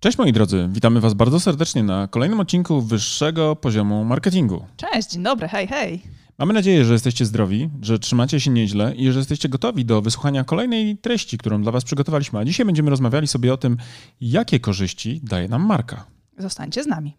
Cześć moi drodzy, witamy Was bardzo serdecznie na kolejnym odcinku Wyższego Poziomu Marketingu. Cześć, dzień dobry, hej, hej. Mamy nadzieję, że jesteście zdrowi, że trzymacie się nieźle i że jesteście gotowi do wysłuchania kolejnej treści, którą dla Was przygotowaliśmy. A dzisiaj będziemy rozmawiali sobie o tym, jakie korzyści daje nam marka. Zostańcie z nami.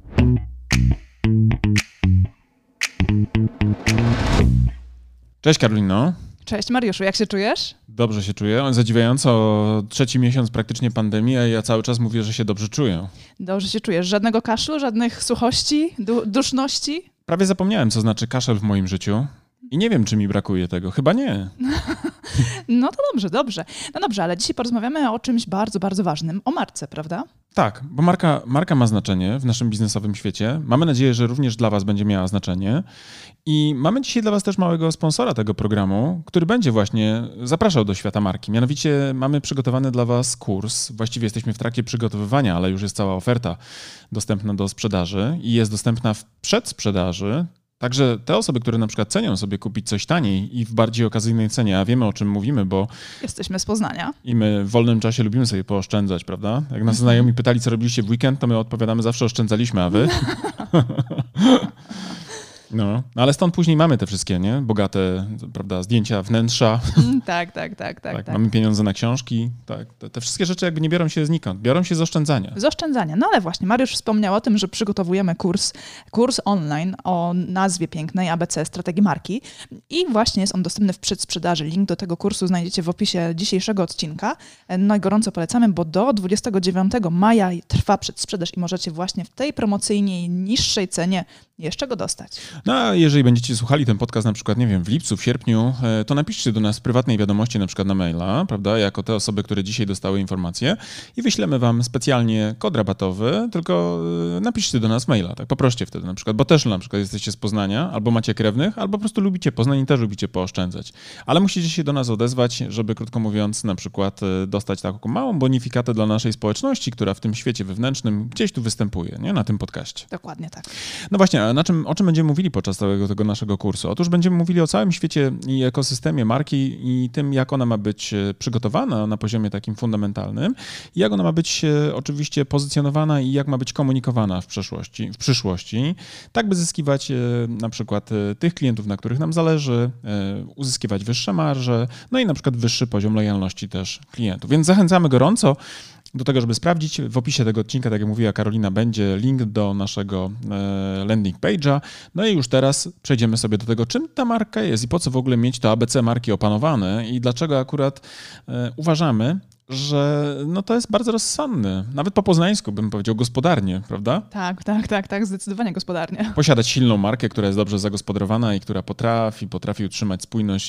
Cześć Karolino. Cześć Mariuszu, jak się czujesz? Dobrze się czuję. Zadziwiająco trzeci miesiąc praktycznie pandemii, a ja cały czas mówię, że się dobrze czuję. Dobrze się czujesz. Żadnego kaszlu, żadnych suchości, duszności? Prawie zapomniałem, co znaczy kaszel w moim życiu. I nie wiem, czy mi brakuje tego. Chyba nie. No to dobrze. No dobrze, ale dzisiaj porozmawiamy o czymś bardzo, bardzo ważnym. O marce, prawda? Tak, bo marka ma znaczenie w naszym biznesowym świecie. Mamy nadzieję, że również dla Was będzie miała znaczenie. I mamy dzisiaj dla Was też małego sponsora tego programu, który będzie właśnie zapraszał do świata marki. Mianowicie mamy przygotowany dla Was kurs. Właściwie jesteśmy w trakcie przygotowywania, ale już jest cała oferta dostępna do sprzedaży i jest dostępna w przedsprzedaży. Także te osoby, które na przykład cenią sobie kupić coś taniej i w bardziej okazyjnej cenie, a wiemy o czym mówimy, bo jesteśmy z Poznania i my w wolnym czasie lubimy sobie pooszczędzać, prawda? Jak nas znajomi pytali, co robiliście w weekend, to my odpowiadamy, zawsze oszczędzaliśmy, a wy? No, ale stąd później mamy te wszystkie, nie? Bogate, prawda, zdjęcia wnętrza. Tak. Mamy pieniądze na książki. Tak. Te wszystkie rzeczy jakby nie biorą się znikąd, biorą się z oszczędzania. Z oszczędzania. No ale właśnie, Mariusz wspomniał o tym, że przygotowujemy kurs online o nazwie pięknej ABC Strategii Marki i właśnie jest on dostępny w przedsprzedaży. Link do tego kursu znajdziecie w opisie dzisiejszego odcinka. No i gorąco polecamy, bo do 29 maja trwa przedsprzedaż i możecie właśnie w tej promocyjnej, niższej cenie jeszcze go dostać. No a jeżeli będziecie słuchali ten podcast na przykład, nie wiem, w lipcu, w sierpniu, to napiszcie do nas w prywatnej wiadomości na przykład na maila, prawda, jako te osoby, które dzisiaj dostały informacje i wyślemy wam specjalnie kod rabatowy, tylko napiszcie do nas maila, tak, poproście wtedy na przykład, bo też na przykład jesteście z Poznania, albo macie krewnych, albo po prostu lubicie Poznań i też lubicie pooszczędzać. Ale musicie się do nas odezwać, żeby krótko mówiąc na przykład dostać taką małą bonifikatę dla naszej społeczności, która w tym świecie wewnętrznym gdzieś tu występuje, nie, na tym podcaście. Dokładnie tak. No właśnie, a o czym będziemy mówili podczas całego tego naszego kursu? Otóż będziemy mówili o całym świecie i ekosystemie marki i tym, jak ona ma być przygotowana na poziomie takim fundamentalnym i jak ona ma być oczywiście pozycjonowana i jak ma być komunikowana w przyszłości, tak by zyskiwać na przykład tych klientów, na których nam zależy, uzyskiwać wyższe marże, no i na przykład wyższy poziom lojalności też klientów. Więc zachęcamy gorąco do tego, żeby sprawdzić. W opisie tego odcinka, tak jak mówiła Karolina, będzie link do naszego landing page'a. No i już teraz przejdziemy sobie do tego, czym ta marka jest i po co w ogóle mieć to ABC marki opanowane i dlaczego akurat uważamy, że no to jest bardzo rozsądne. Nawet po poznańsku bym powiedział gospodarnie, prawda? Tak, zdecydowanie gospodarnie. Posiadać silną markę, która jest dobrze zagospodarowana i która potrafi utrzymać spójność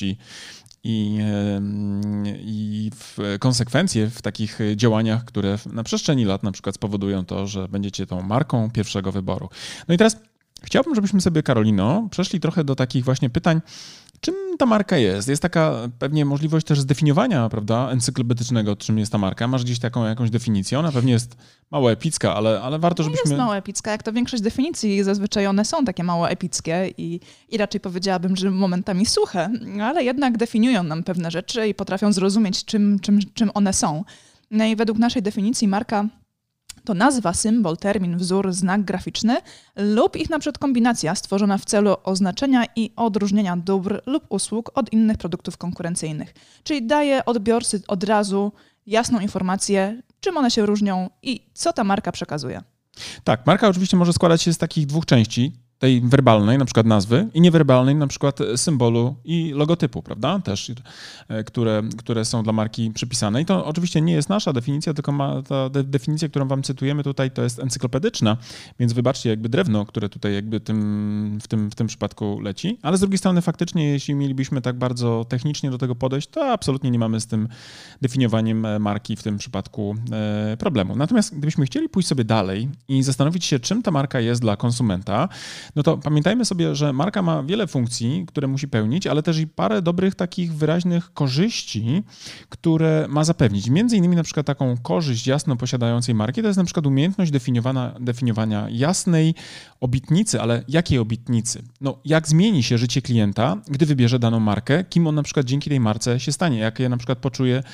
i w konsekwencje w takich działaniach, które na przestrzeni lat na przykład spowodują to, że będziecie tą marką pierwszego wyboru. No i teraz chciałbym, żebyśmy sobie, Karolino, przeszli trochę do takich właśnie pytań, czym ta marka jest? Jest taka pewnie możliwość też zdefiniowania, prawda, encyklopedycznego, czym jest ta marka. Masz gdzieś taką jakąś definicję? Ona pewnie jest mało epicka, ale warto, żebyśmy... Jest mało epicka, jak to większość definicji, zazwyczaj one są takie mało epickie i raczej powiedziałabym, że momentami suche, ale jednak definiują nam pewne rzeczy i potrafią zrozumieć, czym one są. No i według naszej definicji marka to nazwa, symbol, termin, wzór, znak graficzny lub ich na przykład kombinacja stworzona w celu oznaczenia i odróżnienia dóbr lub usług od innych produktów konkurencyjnych. Czyli daje odbiorcy od razu jasną informację, czym one się różnią i co ta marka przekazuje. Tak, marka oczywiście może składać się z takich dwóch części. Tej werbalnej, na przykład nazwy, i niewerbalnej, na przykład symbolu i logotypu, prawda? Też, które są dla marki przypisane. I to oczywiście nie jest nasza definicja, tylko ta definicja, którą wam cytujemy tutaj, to jest encyklopedyczna, więc wybaczcie jakby drewno, które tutaj jakby w tym przypadku leci. Ale z drugiej strony faktycznie, jeśli mielibyśmy tak bardzo technicznie do tego podejść, to absolutnie nie mamy z tym definiowaniem marki w tym przypadku problemu. Natomiast gdybyśmy chcieli pójść sobie dalej i zastanowić się, czym ta marka jest dla konsumenta, no to pamiętajmy sobie, że marka ma wiele funkcji, które musi pełnić, ale też i parę dobrych takich wyraźnych korzyści, które ma zapewnić. Między innymi na przykład taką korzyść jasno posiadającej marki to jest na przykład umiejętność definiowania jasnej obietnicy, ale jakiej obietnicy? No jak zmieni się życie klienta, gdy wybierze daną markę, kim on na przykład dzięki tej marce się stanie, jakie na przykład poczuje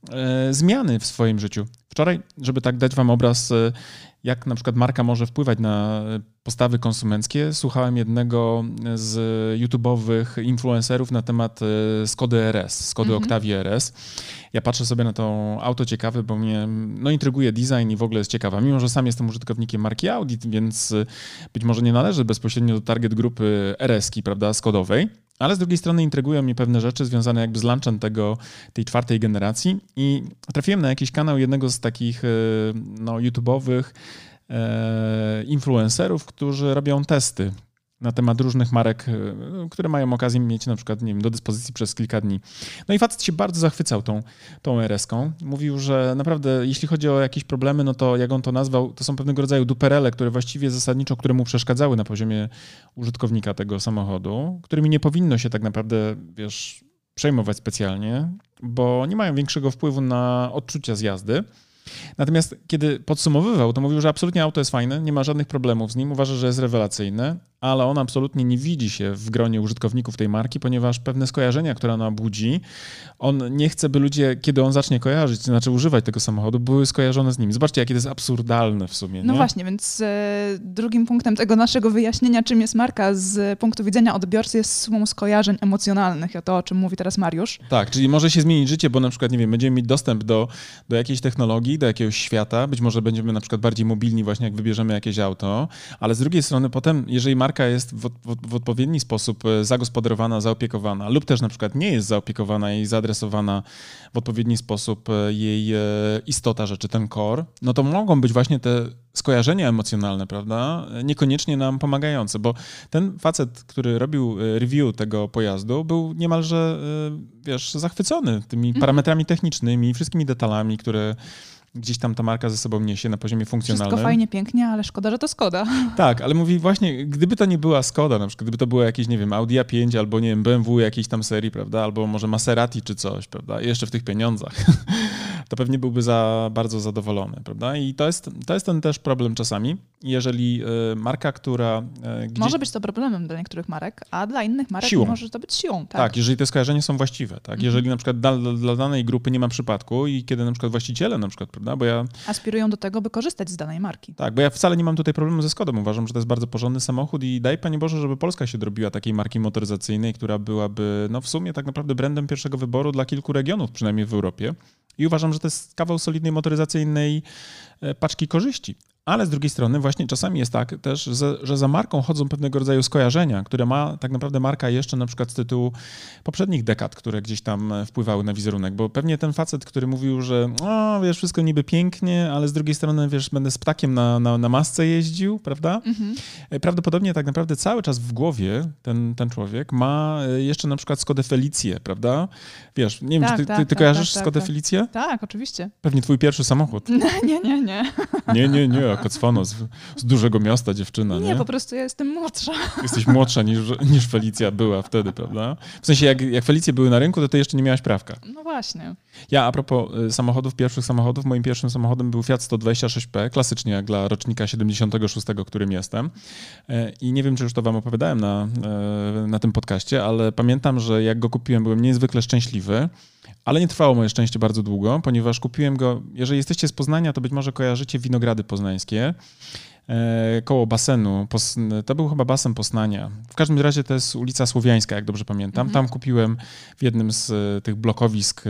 zmiany w swoim życiu. Wczoraj, żeby tak dać wam obraz, jak na przykład marka może wpływać na postawy konsumenckie, słuchałem jednego z YouTube'owych influencerów na temat Skody RS, Skody Octavia RS. Ja patrzę sobie na to auto ciekawe, bo mnie intryguje design i w ogóle jest ciekawa. Mimo że sam jestem użytkownikiem marki Audi, więc być może nie należy bezpośrednio do target grupy RS-ki, prawda, Skodowej. Ale z drugiej strony intrygują mnie pewne rzeczy związane jakby z launchem tej czwartej generacji i trafiłem na jakiś kanał jednego z takich YouTube'owych influencerów, którzy robią testy na temat różnych marek, które mają okazję mieć na przykład, nie wiem, do dyspozycji przez kilka dni. No i facet się bardzo zachwycał tą RS-ką. Mówił, że naprawdę jeśli chodzi o jakieś problemy, no to jak on to nazwał, to są pewnego rodzaju duperele, które właściwie zasadniczo, które mu przeszkadzały na poziomie użytkownika tego samochodu, którymi nie powinno się tak naprawdę, przejmować specjalnie, bo nie mają większego wpływu na odczucia z jazdy. Natomiast kiedy podsumowywał, to mówił, że absolutnie auto jest fajne, nie ma żadnych problemów z nim, uważa, że jest rewelacyjne, ale on absolutnie nie widzi się w gronie użytkowników tej marki, ponieważ pewne skojarzenia, które ona budzi, on nie chce, by ludzie, kiedy on zacznie kojarzyć, to znaczy używać tego samochodu, były skojarzone z nim. Zobaczcie, jakie to jest absurdalne w sumie. No nie? właśnie, więc drugim punktem tego naszego wyjaśnienia, czym jest marka z punktu widzenia odbiorcy, jest sumą skojarzeń emocjonalnych, to o czym mówi teraz Mariusz. Tak, czyli może się zmienić życie, bo na przykład, nie wiem, będziemy mieć dostęp do jakiejś technologii, do jakiegoś świata, być może będziemy na przykład bardziej mobilni właśnie jak wybierzemy jakieś auto, ale z drugiej strony potem, jeżeli marka jest w odpowiedni sposób zagospodarowana, zaopiekowana lub też na przykład nie jest zaopiekowana i zaadresowana w odpowiedni sposób jej istota rzeczy, ten core, no to mogą być właśnie te skojarzenia emocjonalne, prawda, niekoniecznie nam pomagające, bo ten facet, który robił review tego pojazdu, był niemalże, zachwycony tymi parametrami technicznymi, wszystkimi detalami, które gdzieś tam ta marka ze sobą niesie na poziomie funkcjonalnym. Wszystko fajnie, pięknie, ale szkoda, że to Skoda. Tak, ale mówi właśnie, gdyby to nie była Skoda, na przykład gdyby to było jakieś, nie wiem, Audi A5 albo, nie wiem, BMW jakiejś tam serii, prawda, albo może Maserati czy coś, prawda, i jeszcze w tych pieniądzach, to pewnie byłby bardzo zadowolony, prawda, i to jest ten też problem czasami, jeżeli marka, która gdzieś... Może być to problemem dla niektórych marek, a dla innych marek siłą. może to być siłą. Tak, jeżeli te skojarzenia są właściwe, tak, jeżeli na przykład dla danej grupy nie ma przypadku i kiedy na przykład właściciele na przykład, prawda, bo ja... Aspirują do tego, by korzystać z danej marki. Tak, bo ja wcale nie mam tutaj problemu ze Skodą. Uważam, że to jest bardzo porządny samochód i daj Panie Boże, żeby Polska się dorobiła takiej marki motoryzacyjnej, która byłaby w sumie tak naprawdę brandem pierwszego wyboru dla kilku regionów, przynajmniej w Europie. I uważam, że to jest kawał solidnej motoryzacyjnej paczki korzyści. Ale z drugiej strony właśnie czasami jest tak też, że za marką chodzą pewnego rodzaju skojarzenia, które ma tak naprawdę marka jeszcze na przykład z tytułu poprzednich dekad, które gdzieś tam wpływały na wizerunek, bo pewnie ten facet, który mówił, że wszystko niby pięknie, ale z drugiej strony, będę z ptakiem na masce jeździł, prawda? Prawdopodobnie tak naprawdę cały czas w głowie ten człowiek ma jeszcze na przykład Skodę Felicję, prawda? Nie wiem, czy ty kojarzysz Skodę Felicję? Tak, oczywiście. Pewnie twój pierwszy samochód. Nie. Nie, Kocfano, z dużego miasta dziewczyna, nie? Nie, po prostu ja jestem młodsza. Jesteś młodsza niż Felicja była wtedy, prawda? W sensie, jak Felicje były na rynku, to ty jeszcze nie miałaś prawka. No właśnie. Ja a propos pierwszych samochodów, moim pierwszym samochodem był Fiat 126P, klasycznie jak dla rocznika 76, którym jestem. I nie wiem, czy już to wam opowiadałem na tym podcaście, ale pamiętam, że jak go kupiłem, byłem niezwykle szczęśliwy. Ale nie trwało moje szczęście bardzo długo, ponieważ kupiłem go, jeżeli jesteście z Poznania, to być może kojarzycie Winogrady Poznańskie, koło basenu, to był chyba basen Poznania. W każdym razie to jest ulica Słowiańska, jak dobrze pamiętam. Tam kupiłem w jednym z tych blokowisk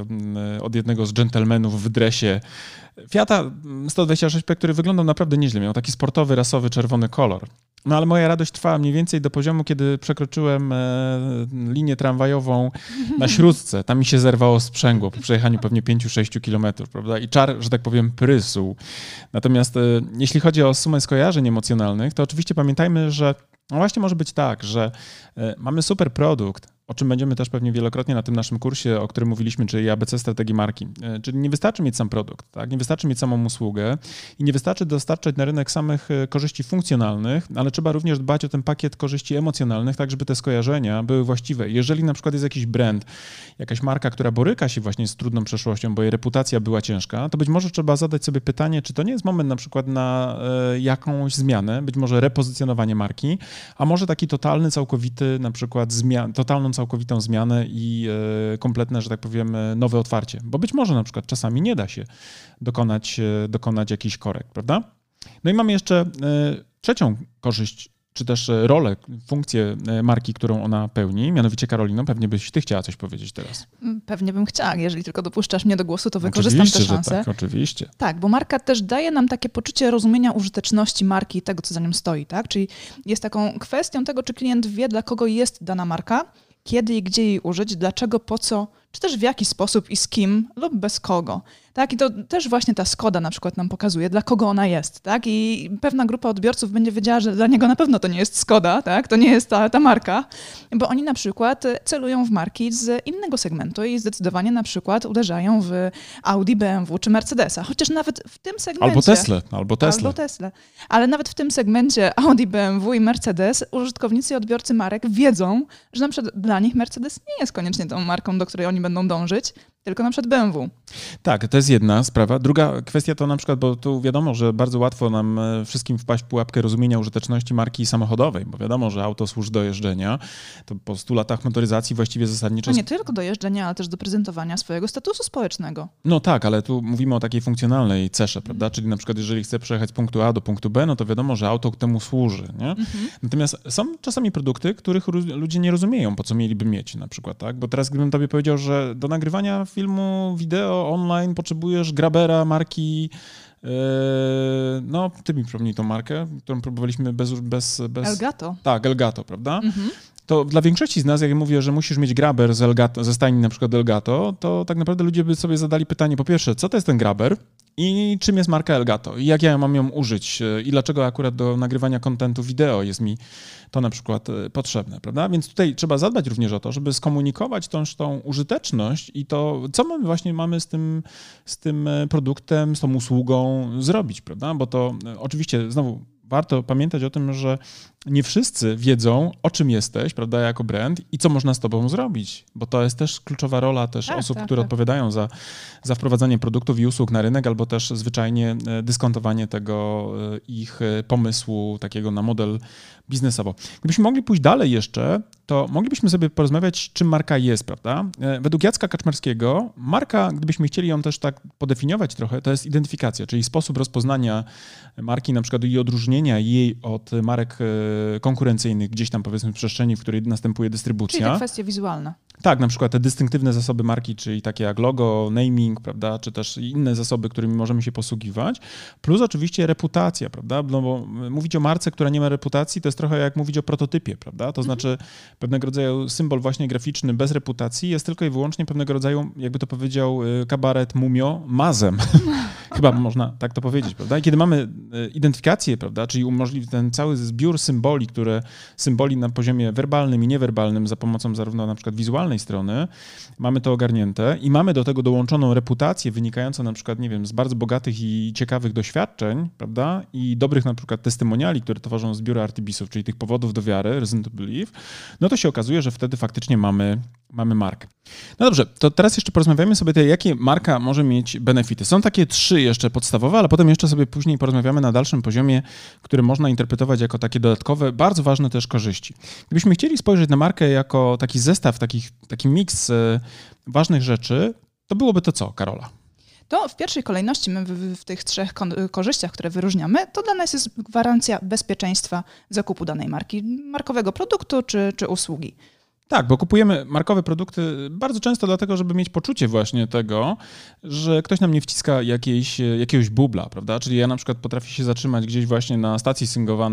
od jednego z dżentelmenów w dresie Fiata 126P, który wyglądał naprawdę nieźle. Miał taki sportowy, rasowy, czerwony kolor. No ale moja radość trwała mniej więcej do poziomu, kiedy przekroczyłem linię tramwajową na Śródce. Tam mi się zerwało sprzęgło po przejechaniu pewnie 5-6 kilometrów, prawda? I czar, że tak powiem, prysł. Natomiast jeśli chodzi o sumę skojarzeń emocjonalnych, to oczywiście pamiętajmy, że właśnie może być tak, że mamy super produkt, o czym będziemy też pewnie wielokrotnie na tym naszym kursie, o którym mówiliśmy, czyli ABC Strategii Marki. Czyli nie wystarczy mieć sam produkt, tak? Nie wystarczy mieć samą usługę i nie wystarczy dostarczać na rynek samych korzyści funkcjonalnych, ale trzeba również dbać o ten pakiet korzyści emocjonalnych, tak żeby te skojarzenia były właściwe. Jeżeli na przykład jest jakiś brand, jakaś marka, która boryka się właśnie z trudną przeszłością, bo jej reputacja była ciężka, to być może trzeba zadać sobie pytanie, czy to nie jest moment na przykład na jakąś zmianę, być może repozycjonowanie marki, a może taki totalny, całkowity na przykład totalną całkowitą zmianę i kompletne, że tak powiem, nowe otwarcie. Bo być może na przykład czasami nie da się dokonać jakichś korekt, prawda? No i mamy jeszcze trzecią korzyść, czy też rolę, funkcję marki, którą ona pełni. Mianowicie, Karolino, pewnie byś ty chciała coś powiedzieć teraz. Pewnie bym chciała. Jeżeli tylko dopuszczasz mnie do głosu, to wykorzystam tę szansę. Że tak, oczywiście. Tak, bo marka też daje nam takie poczucie rozumienia użyteczności marki i tego, co za nią stoi, tak? Czyli jest taką kwestią tego, czy klient wie, dla kogo jest dana marka, kiedy i gdzie jej użyć, dlaczego, po co, czy też w jaki sposób i z kim lub bez kogo. Tak? I to też właśnie ta Skoda na przykład nam pokazuje, dla kogo ona jest. Tak? I pewna grupa odbiorców będzie wiedziała, że dla niego na pewno to nie jest Skoda, tak? To nie jest ta marka, bo oni na przykład celują w marki z innego segmentu i zdecydowanie na przykład uderzają w Audi, BMW czy Mercedesa. Chociaż nawet w tym segmencie... Albo Tesla. Ale nawet w tym segmencie Audi, BMW i Mercedes użytkownicy i odbiorcy marek wiedzą, że na przykład dla nich Mercedes nie jest koniecznie tą marką, do której oni będą dążyć, tylko na przykład BMW. Tak, to jest jedna sprawa. Druga kwestia to na przykład, bo tu wiadomo, że bardzo łatwo nam wszystkim wpaść w pułapkę rozumienia użyteczności marki samochodowej, bo wiadomo, że auto służy do jeżdżenia. To po 100 latach motoryzacji właściwie zasadniczo... No nie tylko do jeżdżenia, ale też do prezentowania swojego statusu społecznego. No tak, ale tu mówimy o takiej funkcjonalnej cesze, prawda? Czyli na przykład jeżeli chcę przejechać z punktu A do punktu B, no to wiadomo, że auto temu służy, nie? Natomiast są czasami produkty, których ludzie nie rozumieją, po co mieliby mieć na przykład, tak? Bo teraz gdybym tobie powiedział, że do nagrywania filmu, wideo online potrzebujesz grabera marki, no ty mi przypomnij tą markę, którą próbowaliśmy bez... Elgato. Tak, Elgato, prawda? To dla większości z nas, jak ja mówię, że musisz mieć graber z Elgato, ze stajni na przykład Elgato, to tak naprawdę ludzie by sobie zadali pytanie, po pierwsze, co to jest ten graber i czym jest marka Elgato i jak ja mam ją użyć i dlaczego akurat do nagrywania kontentu wideo jest mi to na przykład potrzebne, prawda? Więc tutaj trzeba zadbać również o to, żeby skomunikować tą użyteczność i to, co my właśnie mamy z tym produktem, z tą usługą zrobić, prawda? Bo to oczywiście znowu warto pamiętać o tym, że nie wszyscy wiedzą, o czym jesteś, prawda, jako brand i co można z tobą zrobić, bo to jest też kluczowa rola też osób, które odpowiadają za wprowadzanie produktów i usług na rynek, albo też zwyczajnie dyskontowanie tego ich pomysłu takiego na model biznesowo. Gdybyśmy mogli pójść dalej jeszcze, to moglibyśmy sobie porozmawiać, czym marka jest, prawda? Według Jacka Kaczmarskiego marka, gdybyśmy chcieli ją też tak podefiniować trochę, to jest identyfikacja, czyli sposób rozpoznania marki na przykład i odróżnienia jej od marek konkurencyjnych gdzieś tam powiedzmy w przestrzeni, w której następuje dystrybucja. Czyli te kwestie wizualne. Tak, na przykład te dystynktywne zasoby marki, czyli takie jak logo, naming, prawda, czy też inne zasoby, którymi możemy się posługiwać, plus oczywiście reputacja, prawda, no bo mówić o marce, która nie ma reputacji, to jest trochę jak mówić o prototypie, prawda, to znaczy pewnego rodzaju symbol właśnie graficzny bez reputacji jest tylko i wyłącznie pewnego rodzaju, jakby to powiedział kabaret Mumio, mazem. Chyba można tak to powiedzieć, prawda, i kiedy mamy identyfikację, prawda, czyli umożliwi ten cały zbiór symboli na poziomie werbalnym i niewerbalnym za pomocą zarówno na przykład wizualnej strony, mamy to ogarnięte i mamy do tego dołączoną reputację wynikającą na przykład, nie wiem, z bardzo bogatych i ciekawych doświadczeń, prawda, i dobrych na przykład testymoniali, które tworzą zbiory artybisów, czyli tych powodów do wiary, reason to believe, no to się okazuje, że wtedy faktycznie mamy markę. No dobrze, to teraz jeszcze porozmawiamy sobie, jakie marka może mieć benefity. Są takie 3 jeszcze podstawowe, ale potem jeszcze sobie później porozmawiamy na dalszym poziomie, które można interpretować jako takie dodatkowe, bardzo ważne też korzyści. Gdybyśmy chcieli spojrzeć na markę jako taki zestaw, taki miks ważnych rzeczy, to byłoby to co, Karola? To w pierwszej kolejności my w tych 3 korzyściach, które wyróżniamy, to dla nas jest gwarancja bezpieczeństwa zakupu danej marki, markowego produktu czy usługi. Tak, bo kupujemy markowe produkty bardzo często dlatego, żeby mieć poczucie właśnie tego, że ktoś nam nie wciska jakiegoś bubla, prawda? Czyli ja na przykład potrafię się zatrzymać gdzieś właśnie na stacji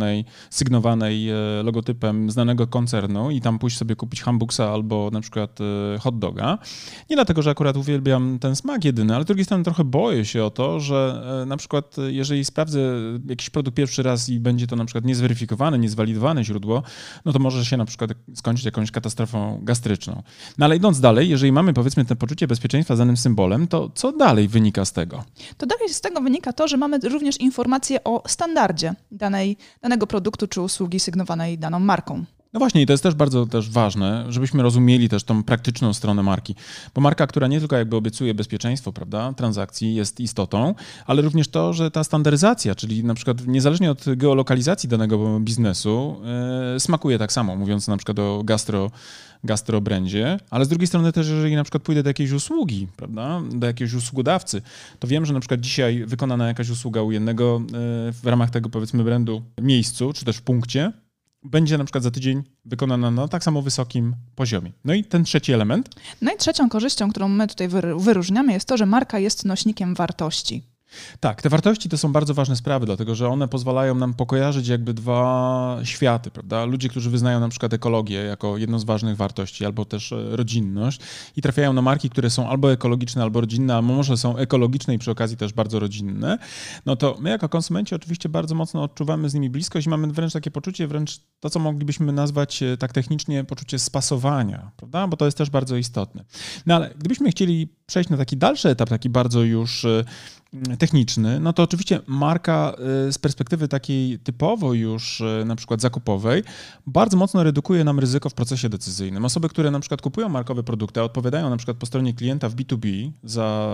sygnowanej logotypem znanego koncernu i tam pójść sobie kupić hamburgsa albo na przykład hot doga. Nie dlatego, że akurat uwielbiam ten smak jedyny, ale z drugiej strony trochę boję się o to, że na przykład jeżeli sprawdzę jakiś produkt pierwszy raz i będzie to na przykład niezweryfikowane, niezwalidowane źródło, no to może się na przykład skończyć jakąś katastrofą gastryczną. No ale idąc dalej, jeżeli mamy powiedzmy to poczucie bezpieczeństwa z danym symbolem, to co dalej wynika z tego? To dalej z tego wynika to, że mamy również informacje o standardzie danego produktu czy usługi sygnowanej daną marką. No właśnie i to jest też bardzo też ważne, żebyśmy rozumieli też tą praktyczną stronę marki. Bo marka, która nie tylko jakby obiecuje bezpieczeństwo, prawda, transakcji jest istotą, ale również to, że ta standaryzacja, czyli na przykład niezależnie od geolokalizacji danego biznesu, smakuje tak samo, mówiąc na przykład o gastrobrandzie, ale z drugiej strony też, jeżeli na przykład pójdę do jakiejś usługi, prawda, do jakiegoś usługodawcy, to wiem, że na przykład dzisiaj wykonana jakaś usługa u jednego w ramach tego powiedzmy brandu miejscu, czy też w punkcie, będzie na przykład za tydzień wykonana na tak samo wysokim poziomie. No i ten trzeci element. No i trzecią korzyścią, którą my tutaj wyróżniamy, jest to, że marka jest nośnikiem wartości. Tak, te wartości to są bardzo ważne sprawy, dlatego że one pozwalają nam pokojarzyć jakby dwa światy, prawda? Ludzie, którzy wyznają na przykład ekologię jako jedną z ważnych wartości, albo też rodzinność i trafiają na marki, które są albo ekologiczne, albo rodzinne, albo może są ekologiczne i przy okazji też bardzo rodzinne, no to my jako konsumenci oczywiście bardzo mocno odczuwamy z nimi bliskość i mamy wręcz takie poczucie, wręcz to, co moglibyśmy nazwać tak technicznie poczucie spasowania, prawda? Bo to jest też bardzo istotne. No ale gdybyśmy chcieli przejść na taki dalszy etap, taki bardzo już techniczny, no to oczywiście marka z perspektywy takiej typowo już na przykład zakupowej bardzo mocno redukuje nam ryzyko w procesie decyzyjnym. Osoby, które na przykład kupują markowe produkty, a odpowiadają na przykład po stronie klienta w B2B za,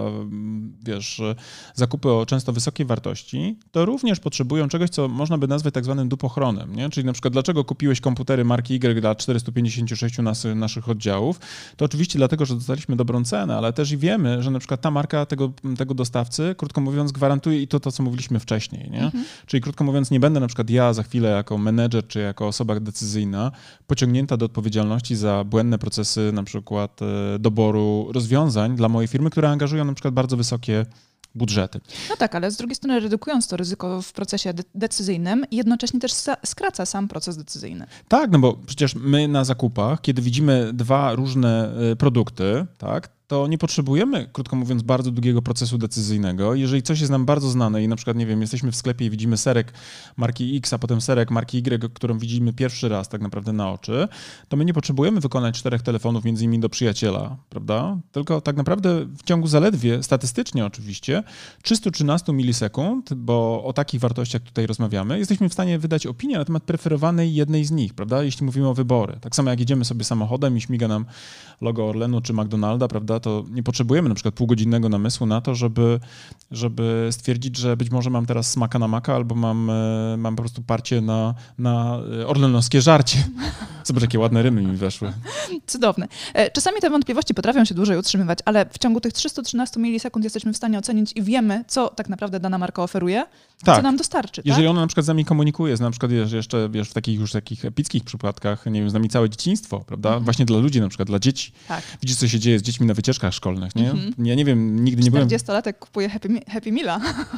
zakupy o często wysokiej wartości, to również potrzebują czegoś, co można by nazwać tak zwanym dupochronem, nie? Czyli na przykład dlaczego kupiłeś komputery marki Y dla 456 naszych oddziałów, to oczywiście dlatego, że dostaliśmy dobrą cenę, ale też i wiemy, że na przykład ta marka tego dostawcy, krótko mówiąc, gwarantuje i to, co mówiliśmy wcześniej. Nie? Czyli krótko mówiąc, nie będę na przykład ja za chwilę jako menedżer czy jako osoba decyzyjna pociągnięta do odpowiedzialności za błędne procesy na przykład doboru rozwiązań dla mojej firmy, które angażują na przykład bardzo wysokie budżety. No tak, ale z drugiej strony redukując to ryzyko w procesie decyzyjnym, jednocześnie też skraca sam proces decyzyjny. Tak, no bo przecież my na zakupach, kiedy widzimy dwa różne produkty, tak, to nie potrzebujemy, krótko mówiąc, bardzo długiego procesu decyzyjnego. Jeżeli coś jest nam bardzo znane i na przykład, nie wiem, jesteśmy w sklepie i widzimy serek marki X, a potem serek marki Y, którą widzimy pierwszy raz tak naprawdę na oczy, to my nie potrzebujemy wykonać 4 telefonów między innymi do przyjaciela, prawda? Tylko tak naprawdę w ciągu zaledwie, statystycznie oczywiście, 313 milisekund, bo o takich wartościach tutaj rozmawiamy, jesteśmy w stanie wydać opinię na temat preferowanej jednej z nich, prawda? Jeśli mówimy o wybory. Tak samo jak jedziemy sobie samochodem i śmiga nam logo Orlenu czy McDonalda, prawda? To nie potrzebujemy na przykład półgodzinnego namysłu na to, żeby stwierdzić, że być może mam teraz smaka na maka albo mam po prostu parcie na orlenowskie żarcie. Zobacz, jakie ładne rymy mi weszły. Cudowne. Czasami te wątpliwości potrafią się dłużej utrzymywać, ale w ciągu tych 313 milisekund jesteśmy w stanie ocenić i wiemy, co tak naprawdę dana marka oferuje, tak. Co nam dostarczy. Jeżeli tak? ona na przykład z nami komunikuje, na przykład jeszcze w takich już takich epickich przypadkach, nie wiem, z nami całe dzieciństwo, prawda? Właśnie dla ludzi, na przykład dla dzieci. Tak. Widzisz, co się dzieje z dziećmi na wycieczkach szkolnych, nie? Ja nie wiem, nigdy nie byłem... 40-latek kupuje Happy Meala.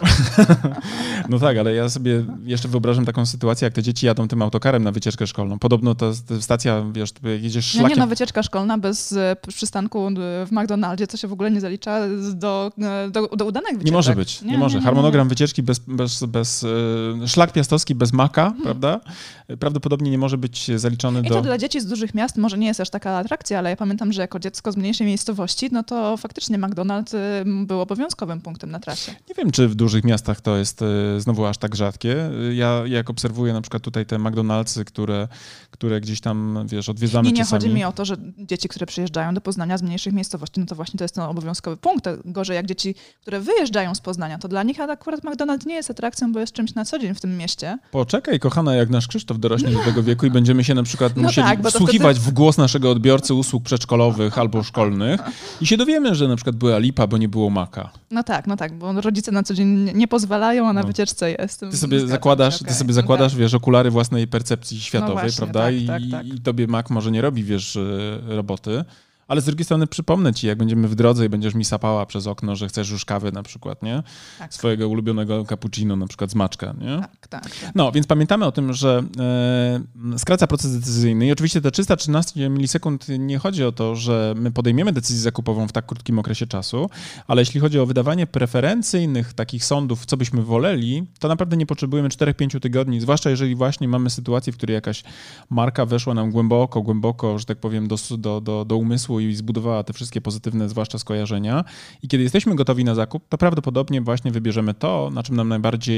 No tak, ale ja sobie jeszcze wyobrażam taką sytuację, jak te dzieci jadą tym autokarem na wycieczkę szkolną. Podobno ta stacja, wiesz, jedziesz szlakiem... Nie, no wycieczka szkolna bez przystanku w McDonaldzie, to się w ogóle nie zalicza do udanych wycieczek. Nie może być, nie może. Harmonogram wycieczki bez szlak piastowski bez maka, prawda? Prawdopodobnie nie może być zaliczony I to dla dzieci z dużych miast może nie jest aż taka atrakcja, ale ja pamiętam, że jako dziecko z mniejszej miejscowości, no to faktycznie McDonald's był obowiązkowym punktem na trasie. Nie wiem, czy w dużych miastach to jest znowu aż tak rzadkie. Ja jak obserwuję na przykład tutaj te McDonald'sy, które gdzieś tam, wiesz, odwiedzamy nie czasami. Chodzi mi o to, że dzieci, które przyjeżdżają do Poznania z mniejszych miejscowości, no to właśnie to jest ten obowiązkowy punkt. Gorzej jak dzieci, które wyjeżdżają z Poznania, to dla nich akurat McDonald's nie jest atrakcją, bo jest czymś na co dzień w tym mieście. Poczekaj, kochana, jak nasz Krzysztof dorośnie do tego wieku i będziemy się na przykład musieli tak, wsłuchiwać w głos naszego odbiorcy usług przedszkolowych albo szkolnych i się dowiemy, że na przykład była lipa, bo nie było maka. No tak, bo rodzice na co dzień nie pozwalają, a na wycieczce jest. Ty sobie zakładasz, wiesz, okulary własnej percepcji światowej, właśnie, prawda? Tak. I tobie mak może nie robi, wiesz, roboty. Ale z drugiej strony przypomnę ci, jak będziemy w drodze i będziesz mi sapała przez okno, że chcesz już kawy na przykład, nie? Tak. Swojego ulubionego cappuccino na przykład z Maczka, nie? Tak. No, więc pamiętamy o tym, że skraca proces decyzyjny i oczywiście te 313 milisekund nie chodzi o to, że my podejmiemy decyzję zakupową w tak krótkim okresie czasu, ale jeśli chodzi o wydawanie preferencyjnych takich sądów, co byśmy woleli, to naprawdę nie potrzebujemy 4-5 tygodni, zwłaszcza jeżeli właśnie mamy sytuację, w której jakaś marka weszła nam głęboko, że tak powiem, do umysłu i zbudowała te wszystkie pozytywne, zwłaszcza skojarzenia. I kiedy jesteśmy gotowi na zakup, to prawdopodobnie właśnie wybierzemy to, na czym nam najbardziej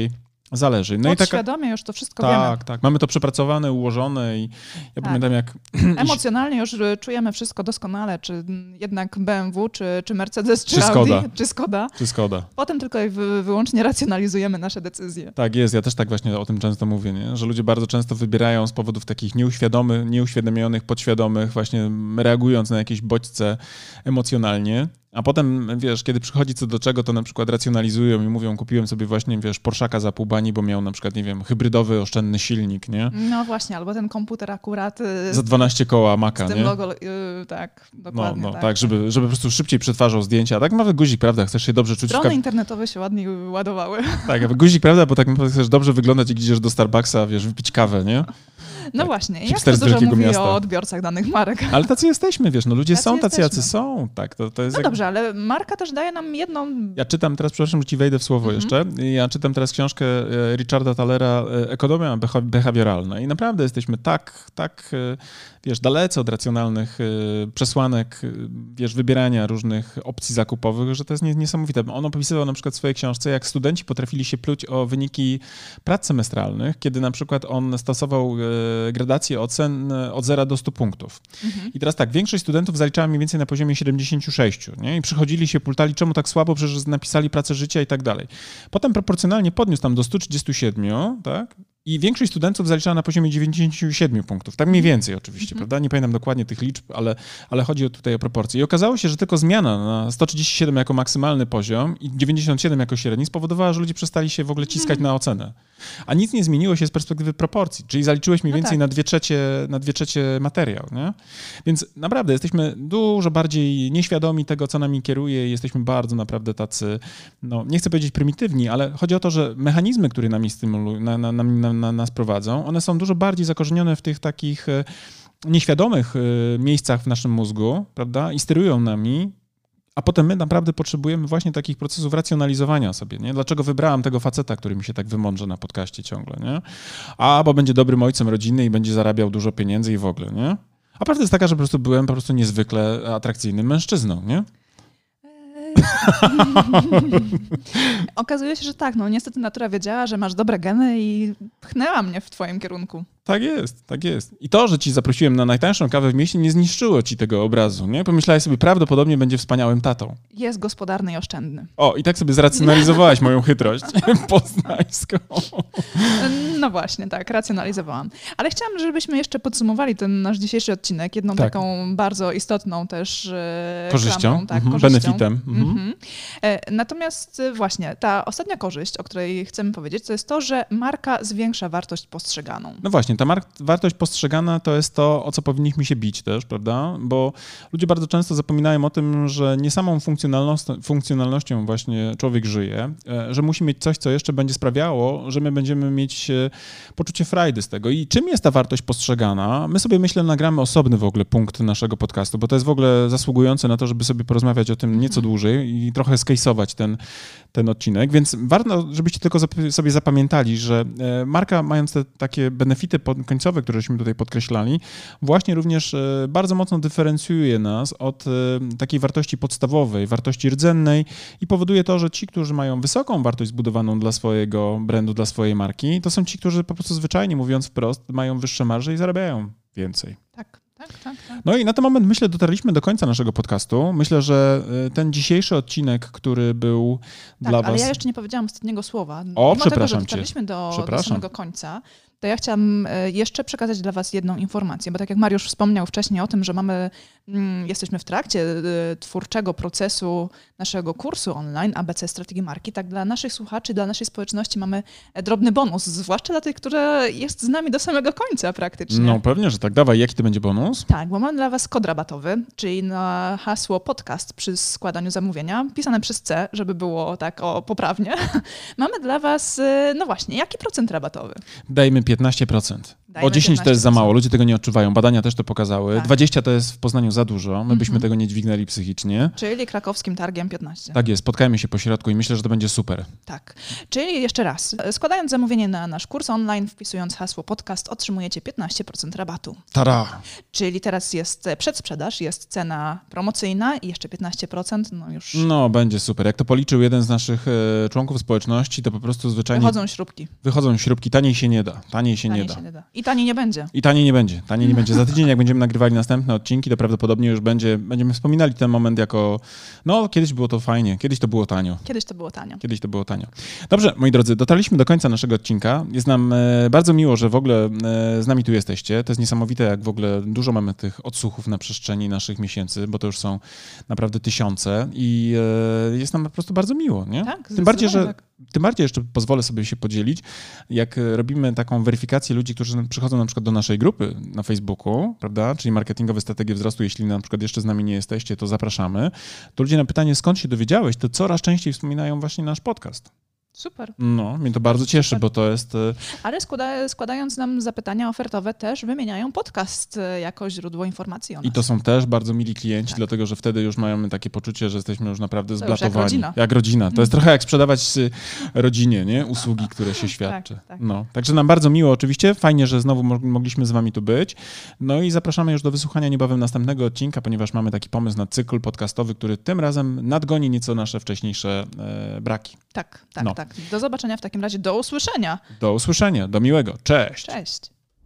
Zależy. No Podświadomie już to wszystko wiemy. Tak. Mamy to przepracowane, ułożone i ja pamiętam jak... Emocjonalnie już czujemy wszystko doskonale, czy jednak BMW, czy Mercedes, czy Audi, czy Skoda. Potem tylko i wyłącznie racjonalizujemy nasze decyzje. Tak jest, ja też tak właśnie o tym często mówię, nie? Że ludzie bardzo często wybierają z powodów takich nieuświadomionych, podświadomych, właśnie reagując na jakieś bodźce emocjonalnie. A potem, wiesz, kiedy przychodzi co do czego, to na przykład racjonalizują i mówią, kupiłem sobie właśnie, wiesz, Porszaka za pół bani, bo miał na przykład, nie wiem, hybrydowy, oszczędny silnik, nie? No właśnie, albo ten komputer akurat... Za 12 koła Maca, nie? Z tym logo, tak, dokładnie. Tak, żeby po prostu szybciej przetwarzał zdjęcia. A tak naprawdę guzik, prawda, chcesz się dobrze czuć... Strony internetowe się ładnie ładowały. Tak, guzik, prawda, bo tak naprawdę chcesz dobrze wyglądać, jak idziesz do Starbucksa, wiesz, wypić kawę, nie? No tak. Właśnie, jak to dużo mówi o odbiorcach danych marek. Ale tacy jesteśmy, wiesz, no ludzie są tacy, jacy są. Tak, to jest dobrze, ale marka też daje nam jedną... Ja czytam teraz, przepraszam, że ci wejdę w słowo jeszcze, ja czytam teraz książkę Richarda Thalera Ekonomia behawioralna i naprawdę jesteśmy tak, wiesz, dalece od racjonalnych przesłanek, wiesz, wybierania różnych opcji zakupowych, że to jest niesamowite. On opisywał na przykład w swojej książce, jak studenci potrafili się pluć o wyniki prac semestralnych, kiedy na przykład on stosował gradację ocen od 0 do 100 punktów. I teraz tak, większość studentów zaliczała mniej więcej na poziomie 76, nie? I przychodzili się, pultali, czemu tak słabo, przecież napisali pracę życia i tak dalej. Potem proporcjonalnie podniósł tam do 137, tak? I większość studentów zaliczała na poziomie 97 punktów. Tak mniej więcej oczywiście, prawda? Nie pamiętam dokładnie tych liczb, ale chodzi tutaj o proporcje. I okazało się, że tylko zmiana na 137 jako maksymalny poziom i 97 jako średni spowodowała, że ludzie przestali się w ogóle ciskać na ocenę. A nic nie zmieniło się z perspektywy proporcji, czyli zaliczyłeś mniej więcej na 2/3 materiał, nie? Więc naprawdę jesteśmy dużo bardziej nieświadomi tego, co nami kieruje i jesteśmy bardzo naprawdę tacy, no nie chcę powiedzieć prymitywni, ale chodzi o to, że mechanizmy, które nami stymulują, nas prowadzą, one są dużo bardziej zakorzenione w tych takich nieświadomych miejscach w naszym mózgu, prawda? I sterują nami, a potem my naprawdę potrzebujemy właśnie takich procesów racjonalizowania sobie, nie? Dlaczego wybrałam tego faceta, który mi się tak wymądrze na podcaście ciągle, nie? Bo będzie dobrym ojcem rodziny i będzie zarabiał dużo pieniędzy i w ogóle, nie? A prawda jest taka, że byłem po prostu niezwykle atrakcyjnym mężczyzną, nie? Okazuje się, że tak. No niestety natura wiedziała, że masz dobre geny i pchnęła mnie w twoim kierunku. Tak jest. I to, że ci zaprosiłem na najtańszą kawę w mieście, nie zniszczyło ci tego obrazu, nie? Pomyślałeś sobie, prawdopodobnie będzie wspaniałym tatą. Jest gospodarny i oszczędny. O, i tak sobie zracjonalizowałaś moją chytrość poznańską. No właśnie, tak, racjonalizowałam. Ale chciałam, żebyśmy jeszcze podsumowali ten nasz dzisiejszy odcinek jedną taką bardzo istotną też korzyścią, klamą, korzyścią. Benefitem. Natomiast właśnie ta ostatnia korzyść, o której chcemy powiedzieć, to jest to, że marka zwiększa wartość postrzeganą. No właśnie, ta wartość postrzegana to jest to, o co powinniśmy się bić też, prawda? Bo ludzie bardzo często zapominają o tym, że nie samą funkcjonalnością właśnie człowiek żyje, że musi mieć coś, co jeszcze będzie sprawiało, że my będziemy mieć poczucie frajdy z tego. I czym jest ta wartość postrzegana? My sobie, myślę, nagramy osobny w ogóle punkt naszego podcastu, bo to jest w ogóle zasługujące na to, żeby sobie porozmawiać o tym nieco dłużej i trochę skejsować ten odcinek, więc warto, żebyście tylko sobie zapamiętali, że marka, mając te takie benefity końcowe, któreśmy tutaj podkreślali, właśnie również bardzo mocno dyferencjuje nas od takiej wartości podstawowej, wartości rdzennej i powoduje to, że ci, którzy mają wysoką wartość zbudowaną dla swojego brandu, dla swojej marki, to są ci, którzy po prostu zwyczajnie mówiąc wprost mają wyższe marże i zarabiają więcej. Tak. No i na ten moment, myślę, dotarliśmy do końca naszego podcastu. Myślę, że ten dzisiejszy odcinek, który był dla was... ale ja jeszcze nie powiedziałam ostatniego słowa. O, mimo przepraszam tego, że dotarliśmy do samego końca, to ja chciałam jeszcze przekazać dla was jedną informację, bo tak jak Mariusz wspomniał wcześniej o tym, że jesteśmy w trakcie twórczego procesu naszego kursu online ABC Strategii Marki, tak dla naszych słuchaczy, dla naszej społeczności mamy drobny bonus, zwłaszcza dla tych, które jest z nami do samego końca praktycznie. No pewnie, że tak. Dawaj, jaki to będzie bonus? Tak, bo mamy dla was kod rabatowy, czyli na hasło podcast przy składaniu zamówienia, pisane przez C, żeby było tak poprawnie. Mamy dla was, no właśnie, jaki procent rabatowy? Dajmy 15%. O 10 to jest za mało, ludzie tego nie odczuwają, badania też to pokazały. Tak. 20 to jest w Poznaniu za dużo, my byśmy tego nie dźwignęli psychicznie. Czyli krakowskim targiem 15. Tak jest, spotkajmy się po środku i myślę, że to będzie super. Tak. Czyli jeszcze raz, składając zamówienie na nasz kurs online, wpisując hasło podcast, otrzymujecie 15% rabatu. Tara! Czyli teraz jest przedsprzedaż, jest cena promocyjna i jeszcze 15%, no już No, będzie super. Jak to policzył jeden z naszych członków społeczności, to po prostu zwyczajnie... wychodzą śrubki. Taniej się nie da. Taniej się nie da. I taniej nie będzie. I taniej nie będzie. Taniej nie będzie. Za tydzień, jak będziemy nagrywali następne odcinki, to prawdopodobnie już będziemy wspominali ten moment jako no, kiedyś było to fajnie, kiedyś to było tanio. Kiedyś to było tanio. Kiedyś to było tanio. Dobrze, moi drodzy, dotarliśmy do końca naszego odcinka. Jest nam bardzo miło, że w ogóle z nami tu jesteście. To jest niesamowite, jak w ogóle dużo mamy tych odsłuchów na przestrzeni naszych miesięcy, bo to już są naprawdę tysiące i jest nam po prostu bardzo miło, nie? Tak, Tym bardziej jeszcze pozwolę sobie się podzielić, jak robimy taką weryfikację ludzi, którzy przychodzą na przykład do naszej grupy na Facebooku, prawda, czyli marketingowe strategie wzrostu, jeśli na przykład jeszcze z nami nie jesteście, to zapraszamy, to ludzie na pytanie, skąd się dowiedziałeś, to coraz częściej wspominają właśnie nasz podcast. Super. No, mnie to bardzo cieszy, bo to jest... Ale składając nam zapytania ofertowe też wymieniają podcast jako źródło informacji o nas. I to są też bardzo mili klienci, dlatego że wtedy już mają takie poczucie, że jesteśmy już naprawdę zblatowani. Jak rodzina. Jak rodzina. To jest trochę jak sprzedawać rodzinie, nie? Usługi, które się świadczy. Tak. No. Także nam bardzo miło oczywiście. Fajnie, że znowu mogliśmy z wami tu być. No i zapraszamy już do wysłuchania niebawem następnego odcinka, ponieważ mamy taki pomysł na cykl podcastowy, który tym razem nadgoni nieco nasze wcześniejsze braki. Tak. No. Do zobaczenia w takim razie, do usłyszenia. Do usłyszenia, do miłego. Cześć. Cześć.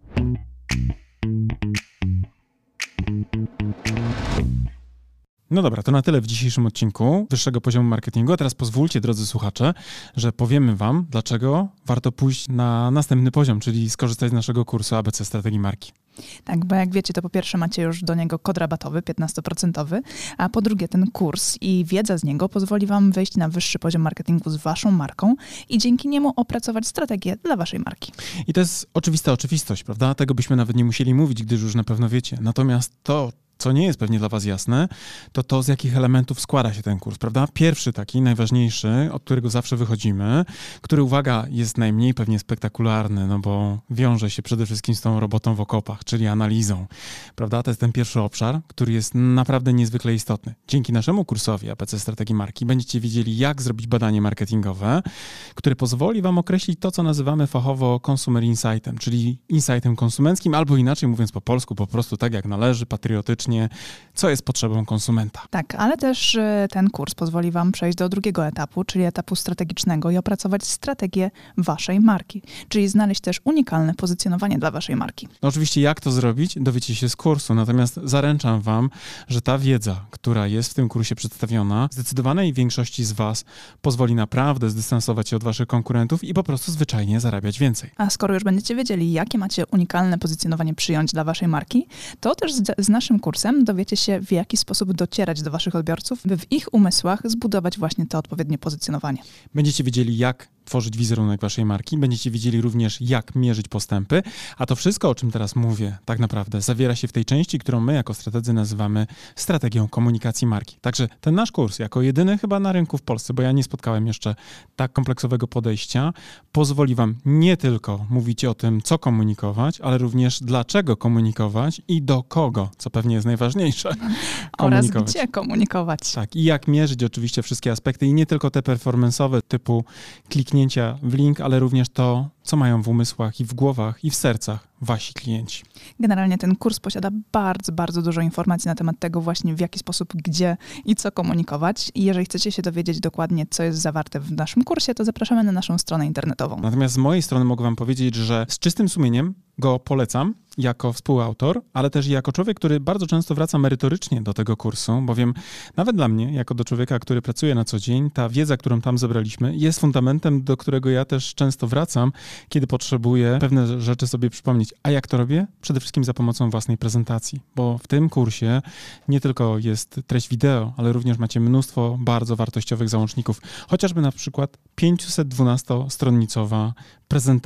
No dobra, to na tyle w dzisiejszym odcinku Wyższego Poziomu Marketingu. A teraz pozwólcie, drodzy słuchacze, że powiemy wam, dlaczego warto pójść na następny poziom, czyli skorzystać z naszego kursu ABC Strategii Marki. Tak, bo jak wiecie, to po pierwsze macie już do niego kod rabatowy 15%, a po drugie ten kurs i wiedza z niego pozwoli wam wejść na wyższy poziom marketingu z waszą marką i dzięki niemu opracować strategię dla waszej marki. I to jest oczywista oczywistość, prawda? Tego byśmy nawet nie musieli mówić, gdyż już na pewno wiecie. Natomiast to, co nie jest pewnie dla was jasne, to z jakich elementów składa się ten kurs, prawda? Pierwszy taki, najważniejszy, od którego zawsze wychodzimy, który, uwaga, jest najmniej pewnie spektakularny, no bo wiąże się przede wszystkim z tą robotą w okopach, czyli analizą, prawda? To jest ten pierwszy obszar, który jest naprawdę niezwykle istotny. Dzięki naszemu kursowi ABC Strategii Marki będziecie wiedzieli, jak zrobić badanie marketingowe, które pozwoli wam określić to, co nazywamy fachowo consumer insightem, czyli insightem konsumenckim, albo inaczej mówiąc po polsku, po prostu tak jak należy, patriotycznie, co jest potrzebą konsumenta. Tak, ale też ten kurs pozwoli wam przejść do drugiego etapu, czyli etapu strategicznego i opracować strategię waszej marki, czyli znaleźć też unikalne pozycjonowanie dla waszej marki. No oczywiście jak to zrobić, dowiecie się z kursu, natomiast zaręczam wam, że ta wiedza, która jest w tym kursie przedstawiona, zdecydowanej większości z was pozwoli naprawdę zdystansować się od waszych konkurentów i po prostu zwyczajnie zarabiać więcej. A skoro już będziecie wiedzieli, jakie macie unikalne pozycjonowanie przyjąć dla waszej marki, to też z naszym kursem dowiecie się, w jaki sposób docierać do waszych odbiorców, by w ich umysłach zbudować właśnie to odpowiednie pozycjonowanie. Będziecie wiedzieli, jak tworzyć wizerunek waszej marki, będziecie wiedzieli również, jak mierzyć postępy, a to wszystko, o czym teraz mówię, tak naprawdę zawiera się w tej części, którą my jako strategzy nazywamy strategią komunikacji marki. Także ten nasz kurs, jako jedyny chyba na rynku w Polsce, bo ja nie spotkałem jeszcze tak kompleksowego podejścia, pozwoli wam nie tylko mówić o tym, co komunikować, ale również dlaczego komunikować i do kogo, co pewnie jest najważniejsze. Oraz gdzie komunikować. Tak, i jak mierzyć oczywiście wszystkie aspekty i nie tylko te performance'owe typu kliknięcia w link, ale również to, co mają w umysłach i w głowach i w sercach wasi klienci. Generalnie ten kurs posiada bardzo, bardzo dużo informacji na temat tego właśnie, w jaki sposób, gdzie i co komunikować. I jeżeli chcecie się dowiedzieć dokładnie, co jest zawarte w naszym kursie, to zapraszamy na naszą stronę internetową. Natomiast z mojej strony mogę wam powiedzieć, że z czystym sumieniem go polecam jako współautor, ale też jako człowiek, który bardzo często wraca merytorycznie do tego kursu, bowiem nawet dla mnie, jako do człowieka, który pracuje na co dzień, ta wiedza, którą tam zebraliśmy, jest fundamentem, do którego ja też często wracam, kiedy potrzebuję pewne rzeczy sobie przypomnieć. A jak to robię? Przede wszystkim za pomocą własnej prezentacji, bo w tym kursie nie tylko jest treść wideo, ale również macie mnóstwo bardzo wartościowych załączników, chociażby na przykład 512-stronnicowa prezentacja.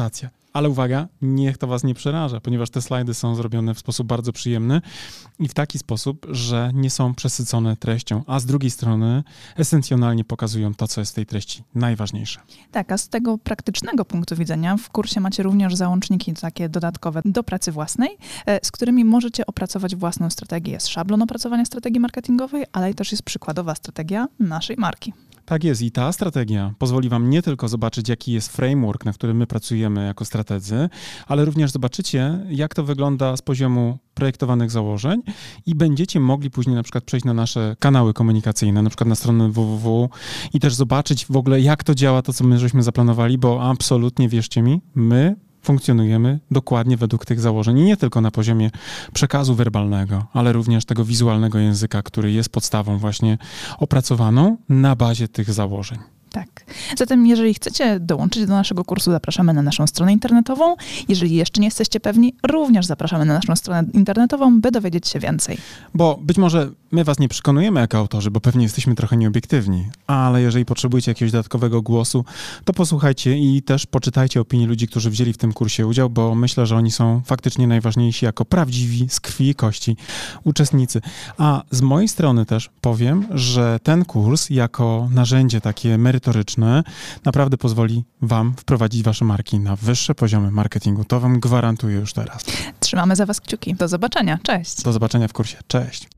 Ale uwaga, niech to was nie przeraża, ponieważ te slajdy są zrobione w sposób bardzo przyjemny i w taki sposób, że nie są przesycone treścią, a z drugiej strony esencjonalnie pokazują to, co jest w tej treści najważniejsze. Tak, a z tego praktycznego punktu widzenia w kursie macie również załączniki takie dodatkowe do pracy własnej, z którymi możecie opracować własną strategię. Jest szablon opracowania strategii marketingowej, ale też jest przykładowa strategia naszej marki. Tak jest i ta strategia pozwoli wam nie tylko zobaczyć, jaki jest framework, na którym my pracujemy jako strategzy, ale również zobaczycie, jak to wygląda z poziomu projektowanych założeń i będziecie mogli później na przykład przejść na nasze kanały komunikacyjne, na przykład na stronę www i też zobaczyć w ogóle, jak to działa, to co my żeśmy zaplanowali, bo absolutnie, wierzcie mi, my funkcjonujemy dokładnie według tych założeń i nie tylko na poziomie przekazu werbalnego, ale również tego wizualnego języka, który jest podstawą właśnie opracowaną na bazie tych założeń. Tak. Zatem jeżeli chcecie dołączyć do naszego kursu, zapraszamy na naszą stronę internetową. Jeżeli jeszcze nie jesteście pewni, również zapraszamy na naszą stronę internetową, by dowiedzieć się więcej. Bo być może my was nie przekonujemy jako autorzy, bo pewnie jesteśmy trochę nieobiektywni, ale jeżeli potrzebujecie jakiegoś dodatkowego głosu, to posłuchajcie i też poczytajcie opinie ludzi, którzy wzięli w tym kursie udział, bo myślę, że oni są faktycznie najważniejsi jako prawdziwi, z krwi i kości uczestnicy. A z mojej strony też powiem, że ten kurs jako narzędzie takie merytoryczne naprawdę pozwoli wam wprowadzić wasze marki na wyższe poziomy marketingu. To wam gwarantuję już teraz. Trzymamy za was kciuki. Do zobaczenia. Cześć. Do zobaczenia w kursie. Cześć.